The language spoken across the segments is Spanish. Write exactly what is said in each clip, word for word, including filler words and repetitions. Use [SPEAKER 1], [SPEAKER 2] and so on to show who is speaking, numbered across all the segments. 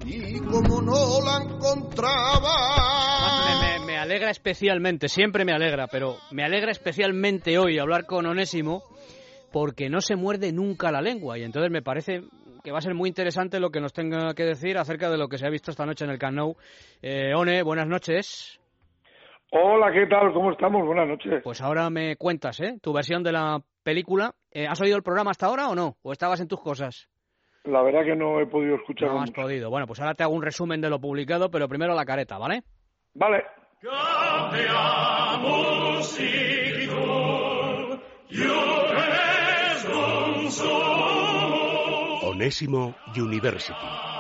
[SPEAKER 1] y como no la encontraba...
[SPEAKER 2] Me, me, me alegra especialmente, siempre me alegra, pero me alegra especialmente hoy hablar con Onésimo porque no se muerde nunca la lengua y entonces me parece que va a ser muy interesante lo que nos tenga que decir acerca de lo que se ha visto esta noche en el Camp Nou. Eh, One, buenas noches.
[SPEAKER 3] Hola, ¿qué tal? ¿Cómo estamos? Buenas noches.
[SPEAKER 2] Pues ahora me cuentas, ¿eh? Tu versión de la película. Eh, ¿Has oído el programa hasta ahora o no? ¿O estabas en tus cosas?
[SPEAKER 3] La verdad que no he podido escuchar.
[SPEAKER 2] No has
[SPEAKER 3] mucho.
[SPEAKER 2] podido. Bueno, pues ahora te hago un resumen de lo publicado, pero primero la careta, ¿vale?
[SPEAKER 3] Vale.
[SPEAKER 4] Onésimo University.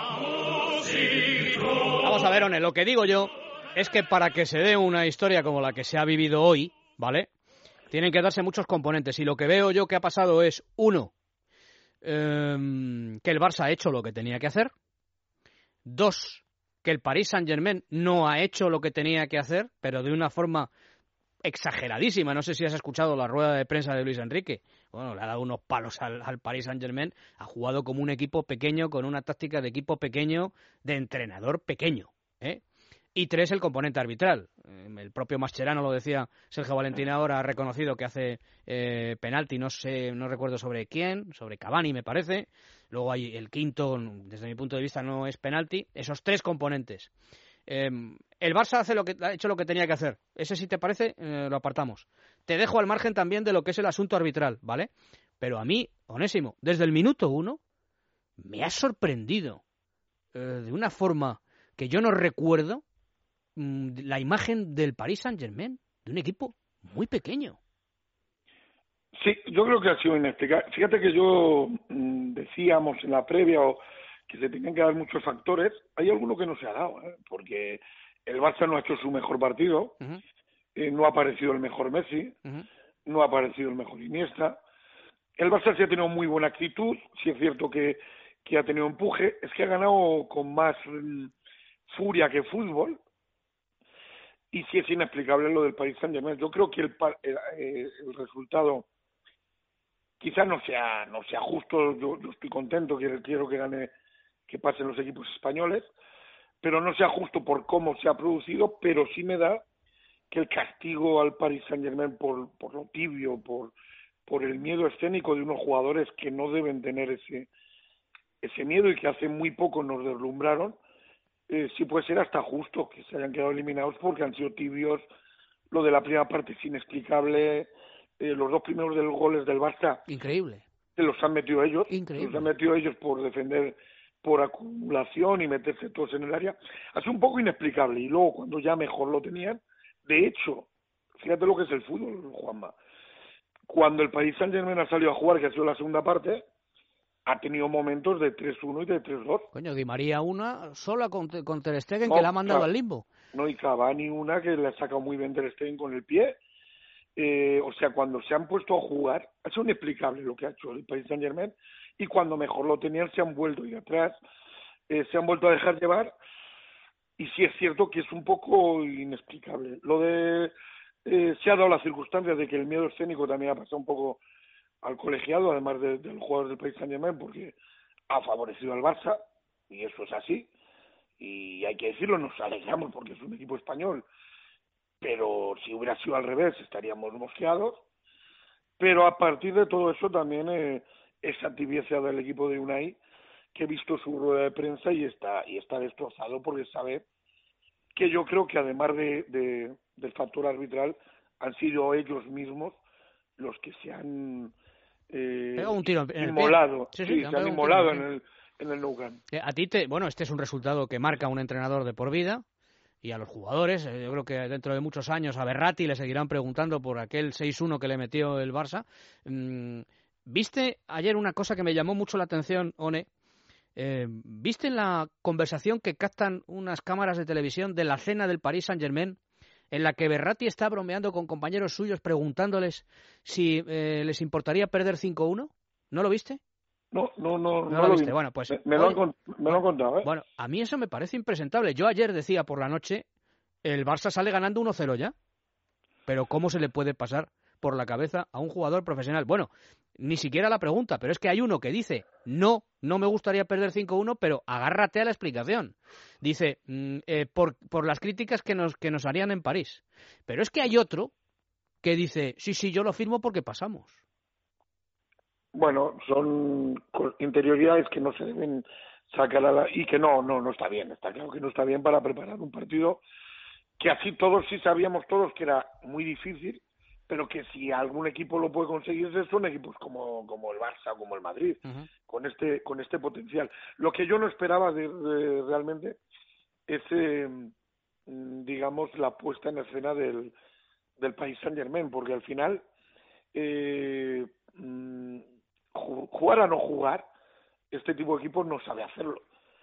[SPEAKER 2] Vamos a ver, One, lo que digo yo es que para que se dé una historia como la que se ha vivido hoy, ¿vale? Tienen que darse muchos componentes. Y lo que veo yo que ha pasado es, uno, eh, que el Barça ha hecho lo que tenía que hacer. Dos, que el Paris Saint-Germain no ha hecho lo que tenía que hacer, pero de una forma exageradísima. No sé si has escuchado la rueda de prensa de Luis Enrique. Bueno, le ha dado unos palos al, al Paris Saint-Germain. Ha jugado como un equipo pequeño, con una táctica de equipo pequeño, de entrenador pequeño, ¿eh? Y tres, el componente arbitral. El propio Mascherano lo decía, Sergio Valentín ahora ha reconocido que hace eh, penalti, no sé, no recuerdo sobre quién, sobre Cavani me parece. Luego hay el quinto, desde mi punto de vista no es penalti. Esos tres componentes. Eh, el Barça hace lo que, ha hecho lo que tenía que hacer. Ese, si te parece, eh, lo apartamos. Te dejo al margen también de lo que es el asunto arbitral, ¿vale? Pero a mí, Onésimo, desde el minuto uno, me ha sorprendido eh, de una forma que yo no recuerdo la imagen del Paris Saint-Germain, de un equipo muy pequeño.
[SPEAKER 3] Sí, yo creo que ha sido inexplicable. Fíjate que yo mmm, decíamos en la previa o que se tenían que dar muchos factores. Hay alguno que no se ha dado, ¿eh? Porque el Barça no ha hecho su mejor partido, uh-huh. eh, no ha aparecido el mejor Messi, uh-huh. no ha aparecido el mejor Iniesta. El Barça sí ha tenido muy buena actitud, sí es cierto que, que ha tenido empuje, es que ha ganado con más mmm, furia que fútbol. Y sí es inexplicable lo del Paris Saint-Germain. Yo creo que el, el, el resultado quizás no sea no sea justo. Yo, yo estoy contento, quiero, quiero que gane, que pasen los equipos españoles, pero no sea justo por cómo se ha producido, pero sí me da que el castigo al Paris Saint-Germain por, por lo tibio, por, por el miedo escénico de unos jugadores que no deben tener ese, ese miedo y que hace muy poco nos deslumbraron, Eh, sí puede ser hasta justo que se hayan quedado eliminados porque han sido tibios. Lo de la primera parte es inexplicable. Eh, los dos primeros del goles del Barça,
[SPEAKER 2] increíble,
[SPEAKER 3] se los han metido ellos,
[SPEAKER 2] increíble.
[SPEAKER 3] los han metido ellos por defender, por acumulación y meterse todos en el área. Ha sido un poco inexplicable. Y luego cuando ya mejor lo tenían, de hecho, fíjate lo que es el fútbol, Juanma. Cuando el Paris Saint-Germain ha salido a jugar, que ha sido la segunda parte, ha tenido momentos de tres uno y de tres dos.
[SPEAKER 2] Coño, Di María una sola con, con Ter Stegen, no, que la ha mandado al limbo.
[SPEAKER 3] No, y Cavani una que le ha sacado muy bien Ter Stegen con el pie. Eh, o sea, cuando se han puesto a jugar, ha sido inexplicable lo que ha hecho el Paris Saint-Germain, y cuando mejor lo tenían se han vuelto a ir atrás, eh, se han vuelto a dejar llevar, y sí es cierto que es un poco inexplicable. Lo de... Eh, se ha dado la circunstancia de que el miedo escénico también ha pasado un poco al colegiado, además de, de los jugadores del Paris Saint-Germain, porque ha favorecido al Barça, y eso es así, y hay que decirlo, nos alegramos porque es un equipo español, pero si hubiera sido al revés estaríamos mosqueados. Pero a partir de todo eso también eh, esa tibieza del equipo de Unai, que he visto su rueda de prensa y está y está destrozado porque sabe que yo creo que además de, de del factor arbitral han sido ellos mismos los que se han Eh,
[SPEAKER 2] un tiro en
[SPEAKER 3] inmolado,
[SPEAKER 2] sí,
[SPEAKER 3] sí,
[SPEAKER 2] sí,
[SPEAKER 3] se han inmolado en el, en el Nou Camp.
[SPEAKER 2] A ti te, bueno, este es un resultado que marca a un entrenador de por vida y a los jugadores. Yo creo que dentro de muchos años a Berratti le seguirán preguntando por aquel seis uno que le metió el Barça. ¿Viste ayer una cosa que me llamó mucho la atención, One? Eh, ¿Viste la conversación que captan unas cámaras de televisión de la cena del Paris Saint-Germain, en la que Berratti está bromeando con compañeros suyos preguntándoles si eh, les importaría perder cinco uno? ¿No lo viste?
[SPEAKER 3] No, no, no.
[SPEAKER 2] No,
[SPEAKER 3] no
[SPEAKER 2] lo
[SPEAKER 3] lo
[SPEAKER 2] viste.
[SPEAKER 3] vi.
[SPEAKER 2] Bueno, pues
[SPEAKER 3] me, me, lo han, me lo han contado, ¿eh?
[SPEAKER 2] Bueno, a mí eso me parece impresentable. Yo ayer decía por la noche, el Barça sale ganando uno cero ya. Pero ¿cómo se le puede pasar por la cabeza a un jugador profesional. Bueno, ni siquiera la pregunta, pero es que hay uno que dice, no, no me gustaría perder cinco uno, pero agárrate a la explicación. Dice, mm, eh, por, por las críticas que nos, que nos harían en París. Pero es que hay otro que dice, sí, sí, yo lo firmo porque pasamos.
[SPEAKER 3] Bueno, son interioridades que no se deben sacar a la... y que no, no, no está bien. Está claro que no está bien para preparar un partido que así todos sí sabíamos todos que era muy difícil, pero que si algún equipo lo puede conseguir son equipos como, como el Barça o como el Madrid, uh-huh. con este con este potencial. Lo que yo no esperaba de, de realmente es, eh, digamos, la puesta en escena del, del Paris Saint-Germain, porque al final, eh, jugar a no jugar, este tipo de equipos no sabe hacerlo.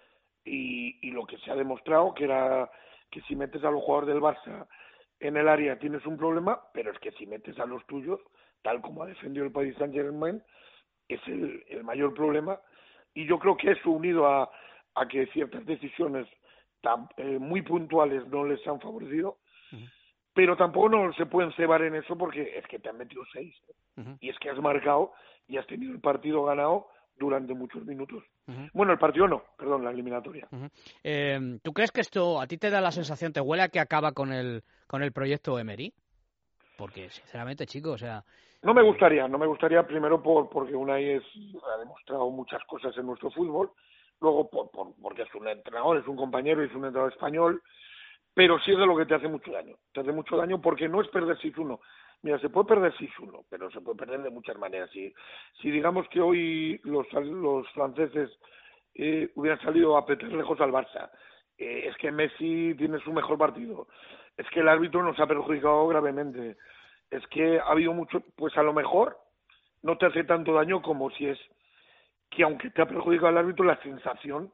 [SPEAKER 3] Y, y lo que se ha demostrado que era que si metes a los jugadores del Barça en el área tienes un problema, pero es que si metes a los tuyos, tal como ha defendido el Paris Saint-Germain, es el, el mayor problema. Y yo creo que eso, unido a, a que ciertas decisiones tan, eh, muy puntuales no les han favorecido, uh-huh. pero tampoco no se pueden cebar en eso porque es que te han metido seis, ¿eh? uh-huh. y es que has marcado y has tenido el partido ganado durante muchos minutos. Uh-huh. Bueno, el partido no, perdón, la eliminatoria.
[SPEAKER 2] Uh-huh. Eh, ¿Tú crees que esto a ti te da la sensación, te huele a que acaba con el con el proyecto Emery? Porque, sinceramente, chicos, o sea...
[SPEAKER 3] No me gustaría, no me gustaría primero por porque Unai es, ha demostrado muchas cosas en nuestro fútbol, luego por, por porque es un entrenador, es un compañero y es un entrenador español, pero sí es de lo que te hace mucho daño. Te hace mucho daño porque no es perder seis uno. Mira, se puede perder seis uno, pero se puede perder de muchas maneras. Si, si digamos que hoy los, los franceses eh, hubieran salido a petar lejos al Barça, eh, es que Messi tiene su mejor partido, es que el árbitro nos ha perjudicado gravemente, es que ha habido mucho, pues a lo mejor no te hace tanto daño como si es que aunque te ha perjudicado el árbitro, la sensación,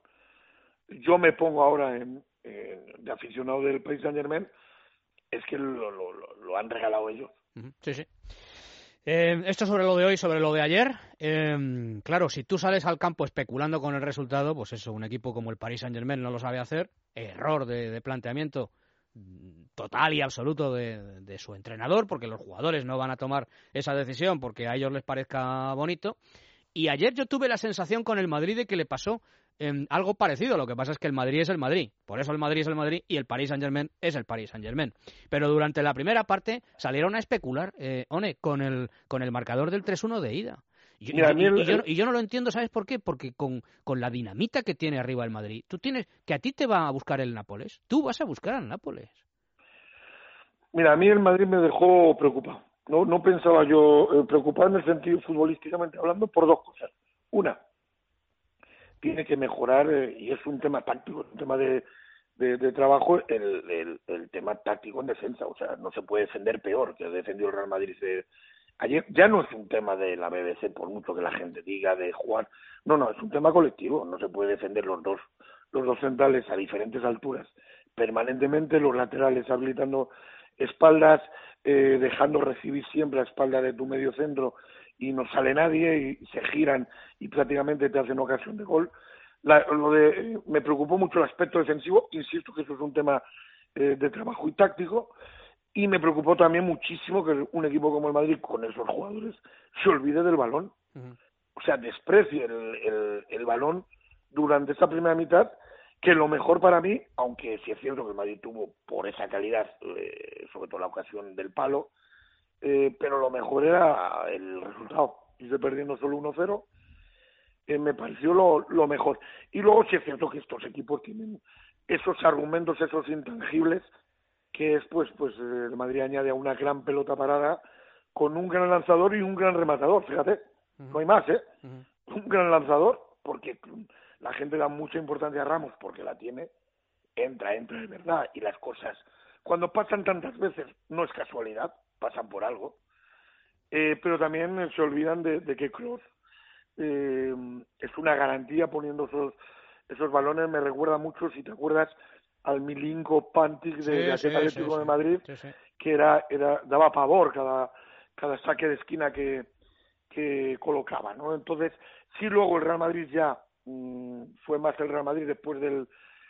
[SPEAKER 3] yo me pongo ahora en, en de aficionado del Paris Saint-Germain, es que lo, lo, lo han regalado ellos.
[SPEAKER 2] Sí, sí. Eh, esto sobre lo de hoy, sobre lo de ayer. Eh, claro, si tú sales al campo especulando con el resultado, pues eso, un equipo como el Paris Saint-Germain no lo sabe hacer. Error de, de planteamiento total y absoluto de, de su entrenador, porque los jugadores no van a tomar esa decisión porque a ellos les parezca bonito. Y ayer yo tuve la sensación con el Madrid de que le pasó eh, algo parecido. Lo que pasa es que el Madrid es el Madrid. Por eso el Madrid es el Madrid y el Paris Saint-Germain es el Paris Saint-Germain. Pero durante la primera parte salieron a especular, eh, One, con el, con el marcador del tres uno de ida. Y, Mira, y, y, y, yo, y yo no lo entiendo, ¿sabes por qué? Porque con, con la dinamita que tiene arriba el Madrid, tú tienes que a ti te va a buscar el Nápoles. Tú vas a buscar al Nápoles.
[SPEAKER 3] Mira, a mí el Madrid me dejó preocupado. No, no pensaba yo eh, preocupado en el sentido futbolísticamente hablando por dos cosas. Una, tiene que mejorar, eh, y es un tema táctico, un tema de, de, de trabajo, el, el, el tema táctico en defensa. O sea, no se puede defender peor que defendió el Real Madrid de, ayer. Ya no es un tema de la B B C, por mucho que la gente diga de jugar. No, no, es un tema colectivo. No se puede defender los dos, los dos centrales a diferentes alturas permanentemente, los laterales habilitando espaldas, eh, dejando recibir siempre a espalda de tu medio centro y no sale nadie y se giran y prácticamente te hacen ocasión de gol. La, lo de, eh, me preocupó mucho el aspecto defensivo, insisto que eso es un tema eh, de trabajo y táctico, y me preocupó también muchísimo que un equipo como el Madrid con esos jugadores se olvide del balón. Uh-huh. O sea, desprecie el, el, el balón durante esa primera mitad, que lo mejor para mí, aunque sí es cierto que el Madrid tuvo por esa calidad, eh, sobre todo la ocasión del palo, eh, pero lo mejor era el resultado. Irse perdiendo solo uno cero, eh, me pareció lo, lo mejor. Y luego sí es cierto que estos equipos tienen esos argumentos, esos intangibles, que es pues pues el Madrid añade a una gran pelota parada con un gran lanzador y un gran rematador, fíjate, uh-huh. no hay más, ¿eh? Uh-huh. Un gran lanzador, porque la gente da mucha importancia a Ramos porque la tiene, entra, entra de verdad, y las cosas, cuando pasan tantas veces, no es casualidad, pasan por algo, eh, pero también eh, se olvidan de, de que Kroos eh, es una garantía poniendo esos, esos balones. Me recuerda mucho, si te acuerdas, al Milinko Pantic de, sí, de aquel sí, Atlético sí, de Madrid, sí, sí. que era, era daba pavor cada, cada saque de esquina que, que colocaba, ¿no? Entonces, sí, luego el Real Madrid ya mmm, fue más el Real Madrid después del,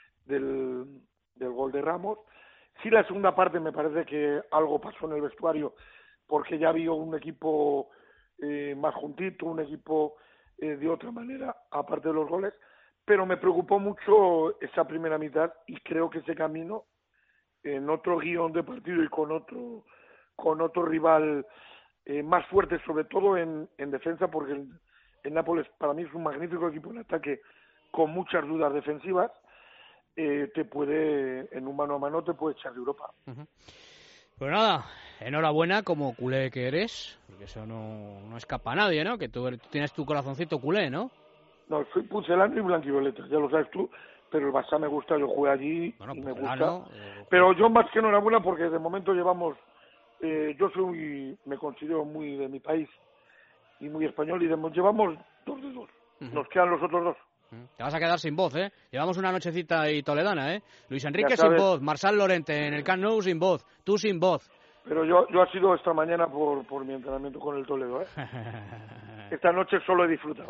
[SPEAKER 3] del, del gol de Ramos. Sí, la segunda parte me parece que algo pasó en el vestuario, porque ya vio un equipo eh, más juntito, un equipo eh, de otra manera, aparte de los goles, pero me preocupó mucho esa primera mitad y creo que ese camino, en otro guión de partido y con otro, con otro rival eh, más fuerte, sobre todo en, en defensa, porque el, el Nápoles para mí es un magnífico equipo en ataque con muchas dudas defensivas, eh, te puede, en un mano a mano, te puede echar de Europa.
[SPEAKER 2] Uh-huh. Pues nada, enhorabuena como culé que eres, porque eso no, no escapa a nadie, ¿no? Que tú, tú tienes tu corazoncito culé, ¿no?
[SPEAKER 3] No, soy pucelano y blanquivioleta, ya lo sabes tú, pero el Barça me gusta, yo jugué allí
[SPEAKER 2] bueno,
[SPEAKER 3] y me
[SPEAKER 2] pucelano,
[SPEAKER 3] gusta.
[SPEAKER 2] Eh,
[SPEAKER 3] pero yo más que enhorabuena porque de momento llevamos, eh, yo soy, me considero muy de mi país y muy español y de, llevamos dos de dos, uh-huh. Nos quedan los otros dos.
[SPEAKER 2] Te vas a quedar sin voz, ¿eh? Llevamos una nochecita ahí toledana, ¿eh? Luis Enrique sin voz, Marçal Llorente en el Camp Nou sin voz, tú sin voz.
[SPEAKER 3] Pero yo yo ha sido esta mañana por, por mi entrenamiento con el Toledo, ¿eh? Esta noche solo he disfrutado.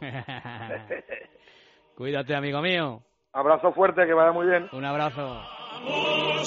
[SPEAKER 2] Cuídate, amigo mío.
[SPEAKER 3] Abrazo fuerte, que vaya muy bien.
[SPEAKER 2] Un abrazo.